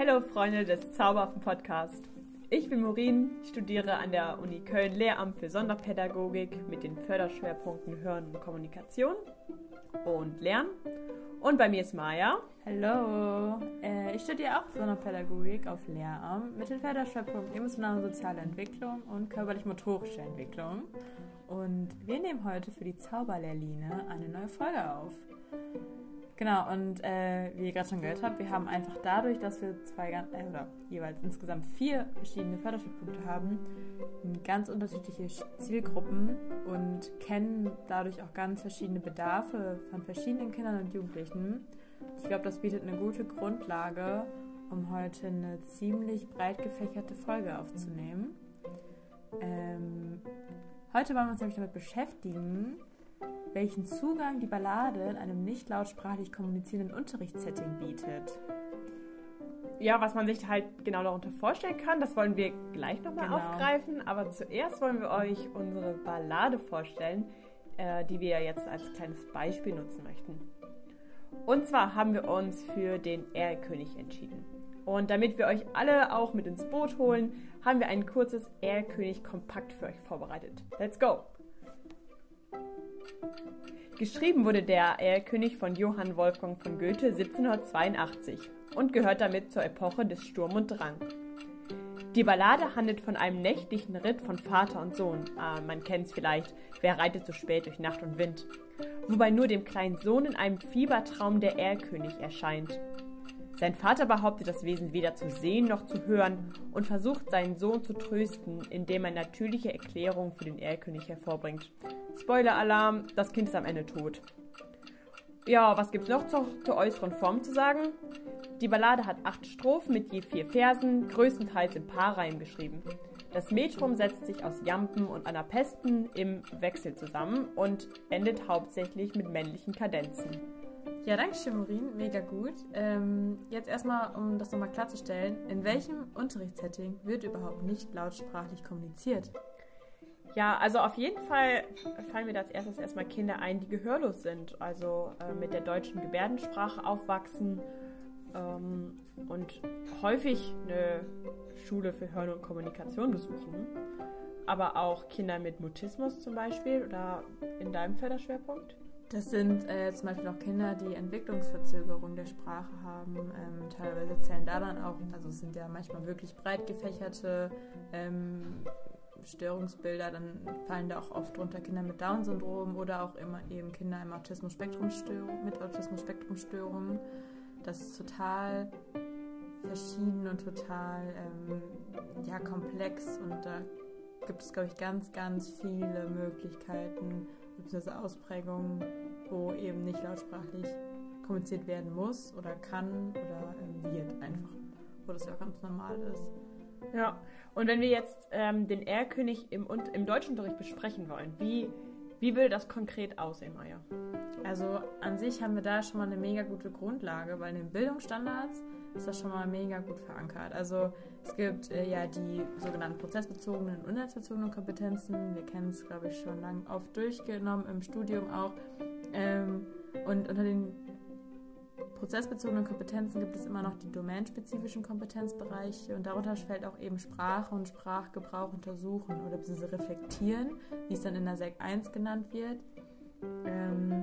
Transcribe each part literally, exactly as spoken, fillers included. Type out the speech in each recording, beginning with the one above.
Hallo Freunde des Zauberhaften Podcasts. Ich bin Maureen, studiere an der Uni Köln Lehramt für Sonderpädagogik mit den Förderschwerpunkten Hören und Kommunikation und Lernen. Und bei mir ist Maja. Hallo, äh, ich studiere auch Sonderpädagogik auf Lehramt mit den Förderschwerpunkten emotionale und soziale Entwicklung und körperlich-motorische Entwicklung. Und wir nehmen heute für die Zauberlehrline eine neue Folge auf. Genau, und äh, wie ihr gerade schon gehört habt, wir haben einfach dadurch, dass wir zwei äh, oder jeweils insgesamt vier verschiedene Förderschwerpunkte haben, ganz unterschiedliche Zielgruppen und kennen dadurch auch ganz verschiedene Bedarfe von verschiedenen Kindern und Jugendlichen. Ich glaube, das bietet eine gute Grundlage, um heute eine ziemlich breit gefächerte Folge aufzunehmen. Ähm, heute wollen wir uns nämlich damit beschäftigen, welchen Zugang die Ballade in einem nicht lautsprachlich kommunizierenden Unterrichtssetting bietet. Ja, was man sich halt genau darunter vorstellen kann, das wollen wir gleich nochmal Genau. aufgreifen. Aber zuerst wollen wir euch unsere Ballade vorstellen, äh, die wir jetzt als kleines Beispiel nutzen möchten. Und zwar haben wir uns für den Erlkönig entschieden. Und damit wir euch alle auch mit ins Boot holen, haben wir ein kurzes Erlkönig-Kompakt für euch vorbereitet. Let's go! Geschrieben wurde der Erlkönig von Johann Wolfgang von Goethe siebzehnhundertzweiundachtzig und gehört damit zur Epoche des Sturm und Drang. Die Ballade handelt von einem nächtlichen Ritt von Vater und Sohn. Äh, man kennt es vielleicht, wer reitet so spät durch Nacht und Wind? Wobei nur dem kleinen Sohn in einem Fiebertraum der Erlkönig erscheint. Sein Vater behauptet, das Wesen weder zu sehen noch zu hören und versucht, seinen Sohn zu trösten, indem er natürliche Erklärungen für den Erlkönig hervorbringt. Spoiler-Alarm, das Kind ist am Ende tot. Ja, was gibt's noch zur, zur äußeren Form zu sagen? Die Ballade hat acht Strophen mit je vier Versen, größtenteils im Paarreim geschrieben. Das Metrum setzt sich aus Jampen und Anapästen im Wechsel zusammen und endet hauptsächlich mit männlichen Kadenzen. Ja, danke schön, Maureen. Mega gut. Ähm, jetzt erstmal, um das nochmal klarzustellen, in welchem Unterrichtssetting wird überhaupt nicht lautsprachlich kommuniziert? Ja, also auf jeden Fall fallen mir als erstes erstmal Kinder ein, die gehörlos sind, also äh, mit der deutschen Gebärdensprache aufwachsen ähm, und häufig eine Schule für Hören und Kommunikation besuchen, aber auch Kinder mit Mutismus zum Beispiel oder in deinem Förderschwerpunkt? Das sind äh, zum Beispiel auch Kinder, die Entwicklungsverzögerung der Sprache haben. Ähm, teilweise zählen da dann auch, also es sind ja manchmal wirklich breit gefächerte ähm, Störungsbilder, dann fallen da auch oft drunter Kinder mit Down-Syndrom oder auch immer eben Kinder im Autismus-Spektrum-Störung, mit Autismus-Spektrum-Störungen. Das ist total verschieden und total ähm, ja, komplex und da gibt es, glaube ich, ganz, ganz viele Möglichkeiten bzw. Ausprägungen, wo eben nicht lautsprachlich kommuniziert werden muss oder kann oder ähm, wird einfach, wo das ja auch ganz normal ist. Ja, und wenn wir jetzt ähm, den Erlkönig im, im Deutschunterricht besprechen wollen, wie, wie würde das konkret aussehen, Maja? Also an sich haben wir da schon mal eine mega gute Grundlage, weil in den Bildungsstandards ist das schon mal mega gut verankert. Also es gibt äh, ja die sogenannten prozessbezogenen und inhaltsbezogenen Kompetenzen. Wir kennen es, glaube ich, schon lang oft durchgenommen, im Studium auch. Ähm, und unter den prozessbezogenen Kompetenzen gibt es immer noch die domänenspezifischen Kompetenzbereiche und darunter fällt auch eben Sprache und Sprachgebrauch untersuchen oder beziehungsweise reflektieren, wie es dann in der Sek eins genannt wird. Ähm,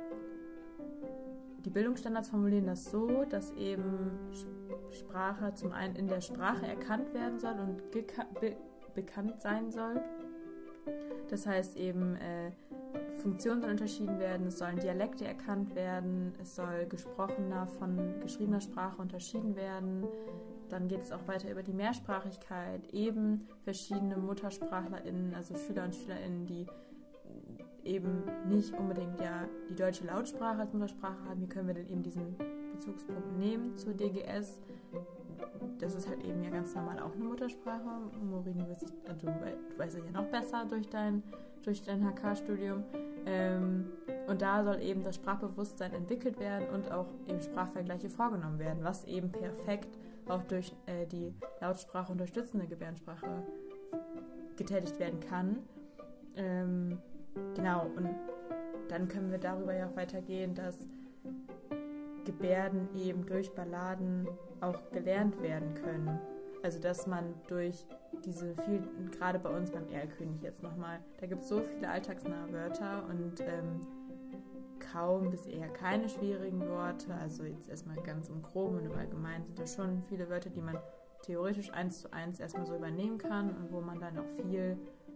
die Bildungsstandards formulieren das so, dass eben Sprache zum einen in der Sprache erkannt werden soll und geka- be- bekannt sein soll. Das heißt eben, äh, Funktionen sollen unterschieden werden, es sollen Dialekte erkannt werden, es soll gesprochener von geschriebener Sprache unterschieden werden. Dann geht es auch weiter über die Mehrsprachigkeit, eben verschiedene MuttersprachlerInnen, also Schüler und SchülerInnen, die eben nicht unbedingt ja die deutsche Lautsprache als Muttersprache haben. Wie können wir denn eben diesen Bezugspunkt nehmen zur D G S? Das ist halt eben ja ganz normal auch eine Muttersprache. Maureen, du, wirst, äh, du, du weißt es ja noch besser durch dein, durch dein H K-Studium. Ähm, und da soll eben das Sprachbewusstsein entwickelt werden und auch eben Sprachvergleiche vorgenommen werden, was eben perfekt auch durch äh, die Lautsprache unterstützende Gebärdensprache getätigt werden kann. Ähm, genau, und dann können wir darüber ja auch weitergehen, dass Gebärden eben durch Balladen auch gelernt werden können. Also dass man durch diese viel, gerade bei uns beim Erlkönig jetzt nochmal, da gibt es so viele alltagsnahe Wörter und ähm, kaum bis eher keine schwierigen Worte. Also jetzt erstmal ganz im Groben und im Allgemeinen sind da schon viele Wörter, die man theoretisch eins zu eins erstmal so übernehmen kann und wo man dann auch viel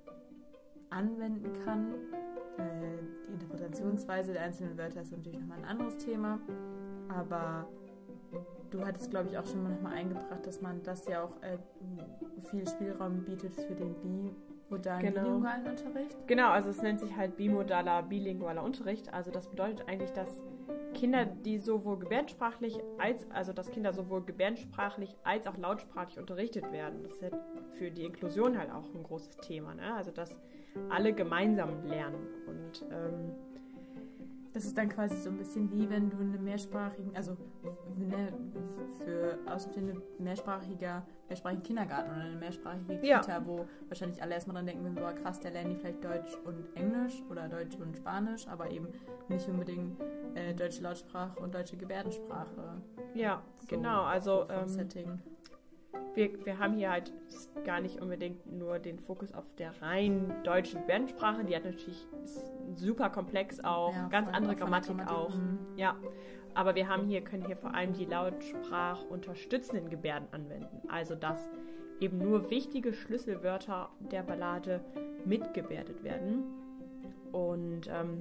anwenden kann. Äh, die Interpretationsweise der einzelnen Wörter ist natürlich nochmal ein anderes Thema, aber du hattest, glaube ich, auch schon mal nochmal eingebracht, dass man das ja auch äh, viel Spielraum bietet für den bimodalen, genau. bilingualen Unterricht. Genau, also es nennt sich halt bimodaler, bilingualer Unterricht. Also das bedeutet eigentlich, dass Kinder, die sowohl gebärdensprachlich als, also dass Kinder sowohl gebärdensprachlich als auch lautsprachlich unterrichtet werden. Das ist ja für die Inklusion halt auch ein großes Thema, ne? Also dass alle gemeinsam lernen und ähm, das ist dann quasi so ein bisschen wie wenn du eine mehrsprachigen, also ne, für Außenstehende mehrsprachiger, mehrsprachigen Kindergarten oder eine mehrsprachige Kita, ja. wo wahrscheinlich alle erstmal dran denken würden, boah krass, da lernen die vielleicht Deutsch und Englisch oder Deutsch und Spanisch, aber eben nicht unbedingt äh, deutsche Lautsprache und deutsche Gebärdensprache. Ja, so, genau, also so vom ähm, Setting. Wir, wir haben hier halt gar nicht unbedingt nur den Fokus auf der rein deutschen Gebärdensprache, die hat natürlich ist super komplex auch, Ja, ganz voll, andere auch von der Grammatik Grammatik, auch. mhm. Ja, aber wir haben hier, können hier vor allem die lautsprachunterstützenden Gebärden anwenden. Also dass eben nur wichtige Schlüsselwörter der Ballade mitgebärdet werden. Und ähm,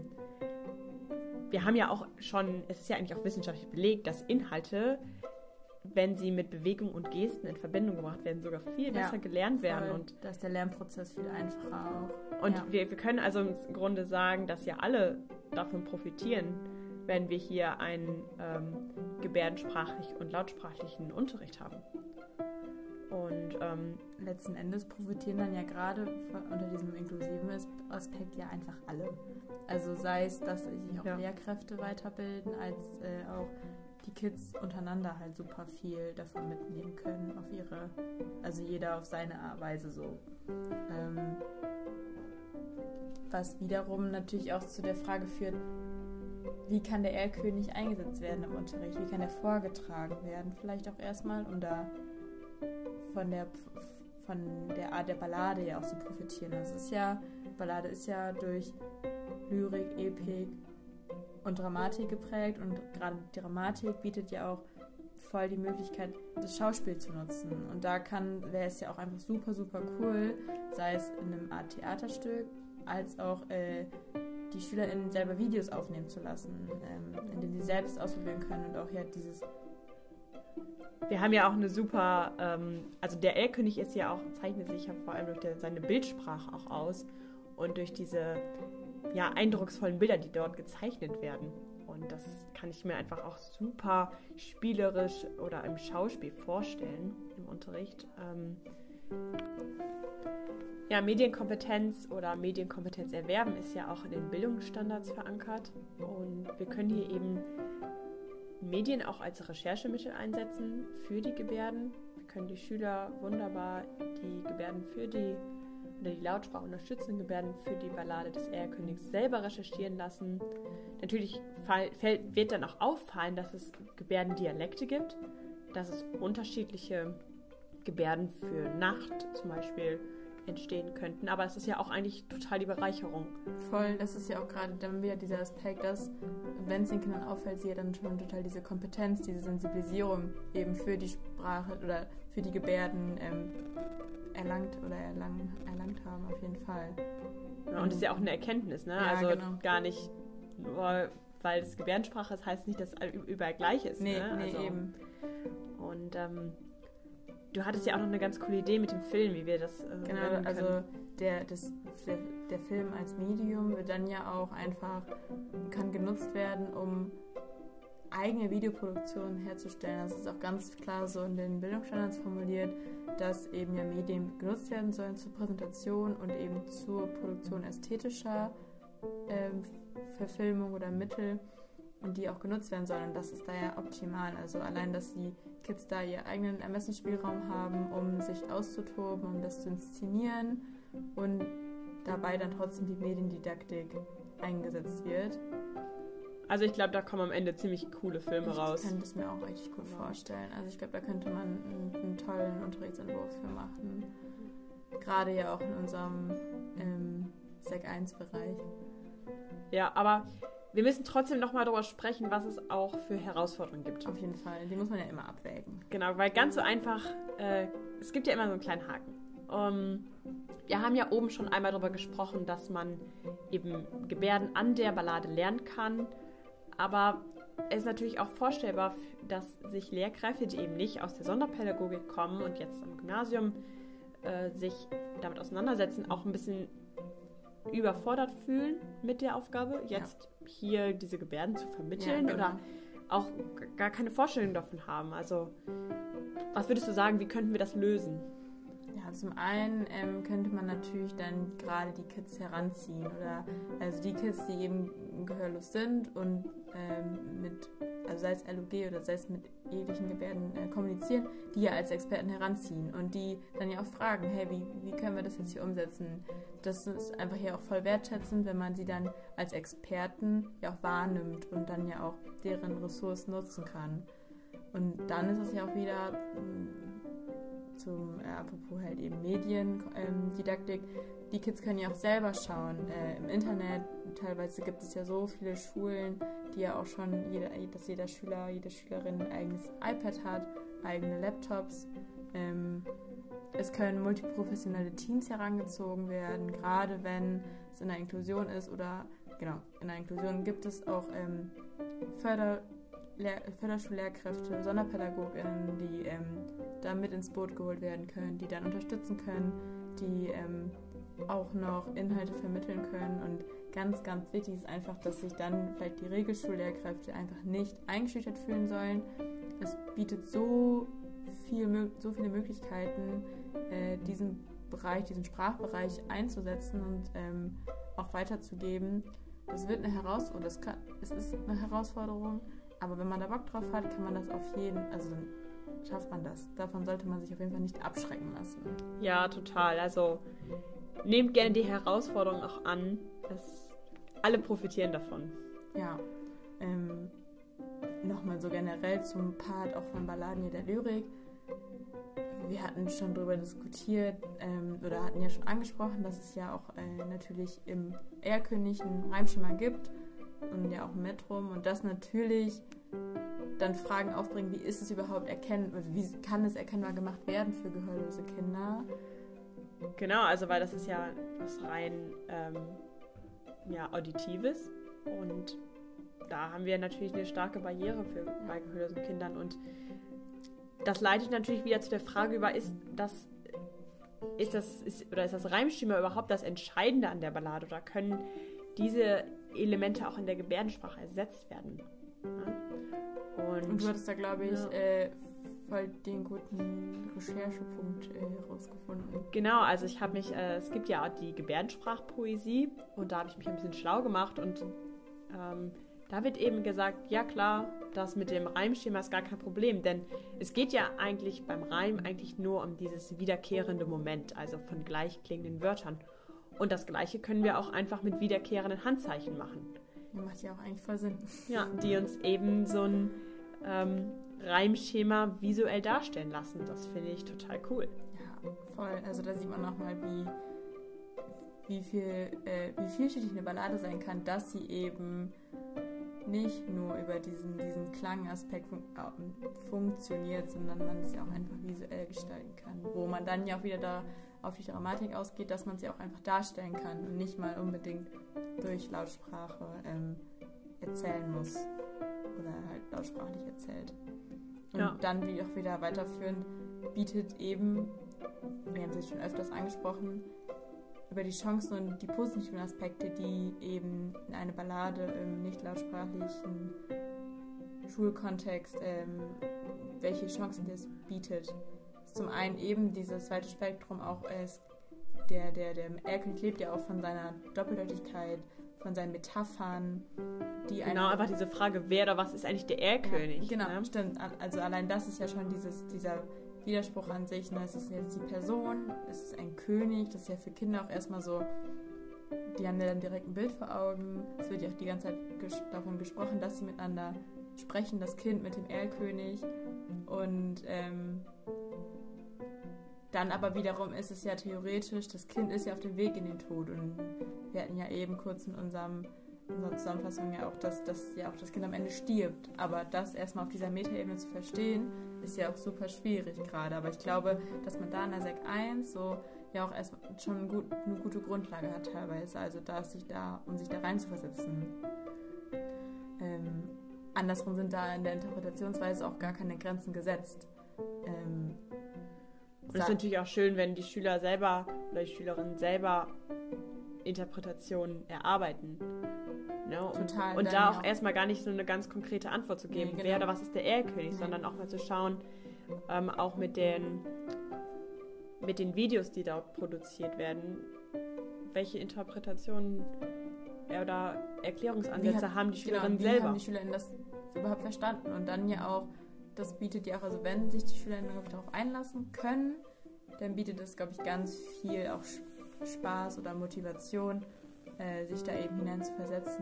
wir haben ja auch schon, es ist ja eigentlich auch wissenschaftlich belegt, dass Inhalte, wenn sie mit Bewegung und Gesten in Verbindung gebracht werden, sogar viel besser Ja, gelernt werden. Voll. Und da ist der Lernprozess viel einfacher auch. Und ja. wir, wir können also im Grunde sagen, dass ja alle davon profitieren, wenn wir hier einen ähm, gebärdensprachlich und lautsprachlichen Unterricht haben. Und ähm, letzten Endes profitieren dann ja gerade unter diesem inklusiven Aspekt ja einfach alle. Also sei es, dass sich auch ja. Lehrkräfte weiterbilden, als äh, auch die Kids untereinander halt super viel davon mitnehmen können auf ihre, also jeder auf seine Weise so. Ähm, was wiederum natürlich auch zu der Frage führt, wie kann der Erlkönig eingesetzt werden im Unterricht? Wie kann er vorgetragen werden? Vielleicht auch erstmal, um da von der, von der Art der Ballade ja auch zu profitieren. Das ist ja, Ballade ist ja durch Lyrik, Epik und Dramatik geprägt und gerade die Dramatik bietet ja auch voll die Möglichkeit, das Schauspiel zu nutzen. Und da kann, wäre es ja auch einfach super, super cool, sei es in einem Art Theaterstück, als auch äh, die SchülerInnen selber Videos aufnehmen zu lassen, ähm, in denen sie selbst ausprobieren können und auch ja dieses... Wir haben ja auch eine super, ähm, also der Erlkönig ist ja auch, zeichnet sich ja vor allem durch der, seine Bildsprache auch aus und durch diese ja, eindrucksvollen Bilder, die dort gezeichnet werden. Und das kann ich mir einfach auch super spielerisch oder im Schauspiel vorstellen, im Unterricht. Ähm ja, Medienkompetenz oder Medienkompetenz erwerben ist ja auch in den Bildungsstandards verankert. Und wir können hier eben Medien auch als Recherchemittel einsetzen für die Gebärden. Wir können die Schüler wunderbar die Gebärden für die oder die Lautsprache unterstützenden Gebärden für die Ballade des Erlkönigs selber recherchieren lassen. Natürlich fall, fällt, wird dann auch auffallen, dass es Gebärdendialekte gibt, dass es unterschiedliche Gebärden für Nacht zum Beispiel entstehen könnten. Aber es ist ja auch eigentlich total die Bereicherung. Voll, das ist ja auch gerade dann wieder dieser Aspekt, dass, wenn es den Kindern auffällt, sie ja dann schon total diese Kompetenz, diese Sensibilisierung eben für die Sprache oder für die Gebärden ähm, erlangt oder erlang, erlangt haben, auf jeden Fall. Ja, und das ist ja auch eine Erkenntnis, ne? Ja, also genau. gar nicht nur, weil es Gebärdensprache ist, heißt nicht, dass es überall gleich ist. Nee, ne? nee, also, eben. Und ähm, du hattest ja auch noch eine ganz coole Idee mit dem Film, wie wir das äh, Genau, können. also der, das, der, der Film als Medium wird dann ja auch einfach, kann genutzt werden, um eigene Videoproduktionen herzustellen. Das ist auch ganz klar so in den Bildungsstandards formuliert, dass eben ja Medien genutzt werden sollen zur Präsentation und eben zur Produktion ästhetischer ähm, Verfilmung oder Mittel und die auch genutzt werden sollen. Und das ist da ja optimal. Also allein, dass die Kids da ihren eigenen Ermessensspielraum haben, um sich auszutoben, um das zu inszenieren und dabei dann trotzdem die Mediendidaktik eingesetzt wird. Also ich glaube, da kommen am Ende ziemlich coole Filme ich raus. Ich könnte es mir auch richtig gut vorstellen. Also ich glaube, da könnte man einen, einen tollen Unterrichtsentwurf für machen. Gerade ja auch in unserem ähm, Sek eins Bereich. Ja, aber wir müssen trotzdem nochmal darüber sprechen, was es auch für Herausforderungen gibt. Auf jeden Fall, die muss man ja immer abwägen. Genau, weil ganz so einfach, äh, es gibt ja immer so einen kleinen Haken. Um, wir haben ja oben schon einmal darüber gesprochen, dass man eben Gebärden an der Ballade lernen kann, aber es ist natürlich auch vorstellbar, dass sich Lehrkräfte, die eben nicht aus der Sonderpädagogik kommen und jetzt am Gymnasium äh, sich damit auseinandersetzen, auch ein bisschen überfordert fühlen mit der Aufgabe, jetzt ja. hier diese Gebärden zu vermitteln ja, genau. oder auch gar keine Vorstellung davon haben. Also, was würdest du sagen, wie könnten wir das lösen? Ja, zum einen ähm, könnte man natürlich dann gerade die Kids heranziehen oder also die Kids, die eben gehörlos sind und ähm, mit, also sei es L O G oder sei es mit ähnlichen Gebärden äh, kommunizieren, die ja als Experten heranziehen und die dann ja auch fragen, hey, wie, wie können wir das jetzt hier umsetzen? Das ist einfach ja auch voll wertschätzend, wenn man sie dann als Experten ja auch wahrnimmt und dann ja auch deren Ressourcen nutzen kann. Und dann ist es ja auch wieder zum, äh, apropos halt eben Mediendidaktik, ähm, die Kids können ja auch selber schauen äh, im Internet. Teilweise gibt es ja so viele Schulen, die ja auch schon, jeder, dass jeder Schüler, jede Schülerin ein eigenes iPad hat, eigene Laptops. Ähm, es können multiprofessionelle Teams herangezogen werden, gerade wenn es in der Inklusion ist oder, genau, in der Inklusion gibt es auch ähm, Förder Lehr- Förderschullehrkräfte, SonderpädagogInnen, die ähm, da mit ins Boot geholt werden können, die dann unterstützen können, die ähm, auch noch Inhalte vermitteln können. Und ganz, ganz wichtig ist einfach, dass sich dann vielleicht die Regelschullehrkräfte einfach nicht eingeschüchtert fühlen sollen. Es bietet so, viel, so viele Möglichkeiten, äh, diesen Bereich, diesen Sprachbereich einzusetzen und ähm, auch weiterzugeben. Es wird eine Herausforderung, das kann, es ist eine Herausforderung, aber wenn man da Bock drauf hat, kann man das auf jeden, also dann schafft man das. Davon sollte man sich auf jeden Fall nicht abschrecken lassen. Ja, total. Also nehmt gerne die Herausforderung auch an. Das, alle profitieren davon. Ja. Ähm, Nochmal so generell zum Part auch von Balladen der Lyrik. Wir hatten schon darüber diskutiert ähm, oder hatten ja schon angesprochen, dass es ja auch äh, natürlich im Erlkönig ein Reimschema gibt und ja auch ein Metrum und das natürlich dann Fragen aufbringen, wie ist es überhaupt erkennen, wie kann es erkennbar gemacht werden für gehörlose Kinder? Genau, also weil das ist ja was rein ähm, ja, Auditives und da haben wir natürlich eine starke Barriere für bei gehörlosen Kindern und das leitet natürlich wieder zu der Frage über, ist das, ist das, ist, oder ist das Reimschema überhaupt das Entscheidende an der Ballade oder können diese Elemente auch in der Gebärdensprache ersetzt werden? Ja? Und, Und du hattest da, glaube ich, ja. äh, voll den guten Recherchepunkt herausgefunden. Äh, genau, also ich habe mich, äh, es gibt ja auch die Gebärdensprachpoesie und da habe ich mich ein bisschen schlau gemacht und ähm, da wird eben gesagt, ja klar, das mit dem Reimschema ist gar kein Problem, denn es geht ja eigentlich beim Reim eigentlich nur um dieses wiederkehrende Moment, also von gleichklingenden Wörtern. Und das Gleiche können wir auch einfach mit wiederkehrenden Handzeichen machen. Das macht ja auch eigentlich voll Sinn. Ja, die uns eben so ein ähm, Reimschema visuell darstellen lassen. Das finde ich total cool. Ja, voll. Also da sieht man nochmal, wie, wie, viel, äh, wie vielschichtig eine Ballade sein kann, dass sie eben nicht nur über diesen, diesen Klangaspekt fun- äh, funktioniert, sondern man es ja auch einfach visuell gestalten kann. Wo man dann ja auch wieder da auf die Dramatik ausgeht, dass man sie auch einfach darstellen kann und nicht mal unbedingt durch Lautsprache ähm, erzählen muss oder halt lautsprachlich erzählt. Und ja. dann, wie auch wieder weiterführend, bietet eben, wir haben es schon öfters angesprochen, über die Chancen und die positiven Aspekte, die eben eine Ballade im nicht lautsprachlichen Schulkontext, ähm, welche Chancen das bietet. Zum einen eben dieses weite Spektrum auch ist, der, der, der Erlkönig lebt ja auch von seiner Doppeldeutigkeit, von seinen Metaphern, die Genau, einfach diese Frage, wer oder was ist eigentlich der Erlkönig? Ja, genau, ne? Stimmt. Also allein das ist ja schon dieses, dieser Widerspruch an sich. Ne? Ist es jetzt die Person? Ist es ein König? Das ist ja für Kinder auch erstmal so die haben ja dann direkt ein Bild vor Augen. Es wird ja auch die ganze Zeit ges- davon gesprochen, dass sie miteinander sprechen, das Kind mit dem Erlkönig. Und ähm, dann aber wiederum ist es ja theoretisch, das Kind ist ja auf dem Weg in den Tod. Und wir hatten ja eben kurz in unserem, in unserer Zusammenfassung ja auch, dass, dass ja auch das Kind am Ende stirbt. Aber das erstmal auf dieser Metaebene zu verstehen, ist ja auch super schwierig gerade. Aber ich glaube, dass man da in der Sek eins so ja auch erstmal schon gut, eine gute Grundlage hat teilweise. Also da sich da, um sich da rein zu versetzen. Ähm, andersrum sind da in der Interpretationsweise auch gar keine Grenzen gesetzt. Ähm, Und es ist natürlich auch schön, wenn die Schüler selber oder die Schülerinnen selber Interpretationen erarbeiten. Ne? Und, Total, und dann da auch ja auch- erstmal gar nicht so eine ganz konkrete Antwort zu geben, Nee, genau. wer oder was ist der Erlkönig, Nee. sondern auch mal zu schauen, ähm, auch mit den, mit den Videos, die dort produziert werden, welche Interpretationen oder Erklärungsansätze Wie hat- haben die Schülerinnen genau, wie selber. haben die Schülerinnen das überhaupt verstanden? Und dann ja auch, das bietet ja auch, also wenn sich die Schülerinnen darauf einlassen können, dann bietet das, glaube ich, ganz viel auch Spaß oder Motivation, äh, sich da eben hinein zu versetzen.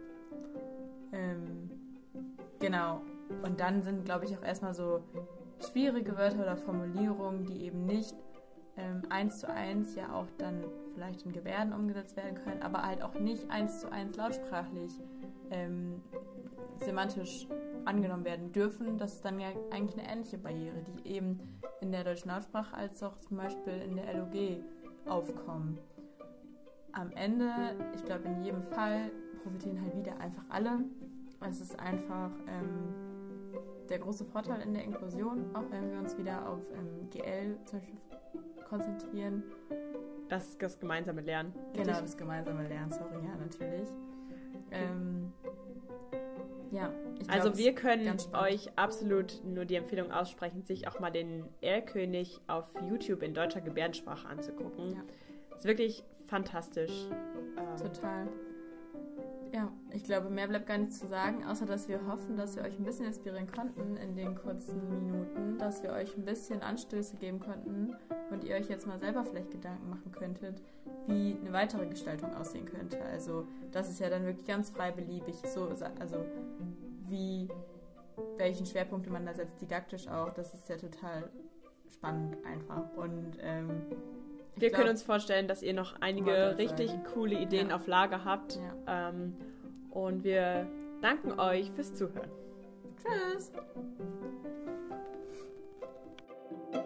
Ähm, genau. Und dann sind, glaube ich, auch erstmal so schwierige Wörter oder Formulierungen, die eben nicht ähm, eins zu eins ja auch dann vielleicht in Gebärden umgesetzt werden können, aber halt auch nicht eins zu eins lautsprachlich ähm, semantisch angenommen werden dürfen. Das ist dann ja eigentlich eine ähnliche Barriere, die eben in der deutschen Lautsprache als auch zum Beispiel in der L O G aufkommen. Am Ende, ich glaube in jedem Fall, profitieren halt wieder einfach alle. Es ist einfach ähm, der große Vorteil in der Inklusion, auch wenn wir uns wieder auf ähm, G L zum Beispiel konzentrieren. Das ist das gemeinsame Lernen. Genau, Richtig? das gemeinsame Lernen, sorry, ja, natürlich. Ähm, ja, ich glaub, Also es wir ist können ganz spannend. euch absolut nur die Empfehlung aussprechen, sich auch mal den Erlkönig auf YouTube in deutscher Gebärdensprache anzugucken. Ja. Ist wirklich fantastisch. Ähm, Total. Ja, ich glaube, mehr bleibt gar nichts zu sagen, außer dass wir hoffen, dass wir euch ein bisschen inspirieren konnten in den kurzen Minuten, dass wir euch ein bisschen Anstöße geben konnten und ihr euch jetzt mal selber vielleicht Gedanken machen könntet, wie eine weitere Gestaltung aussehen könnte. Also das ist ja dann wirklich ganz frei beliebig, so, also wie, welchen Schwerpunkte man da setzt, didaktisch auch, das ist ja total spannend einfach. Und ähm, ich wir glaub, können uns vorstellen, dass ihr noch einige Wollte ich richtig sagen. coole Ideen Ja. auf Lager habt. Ja. Ähm, und wir danken euch fürs Zuhören. Tschüss!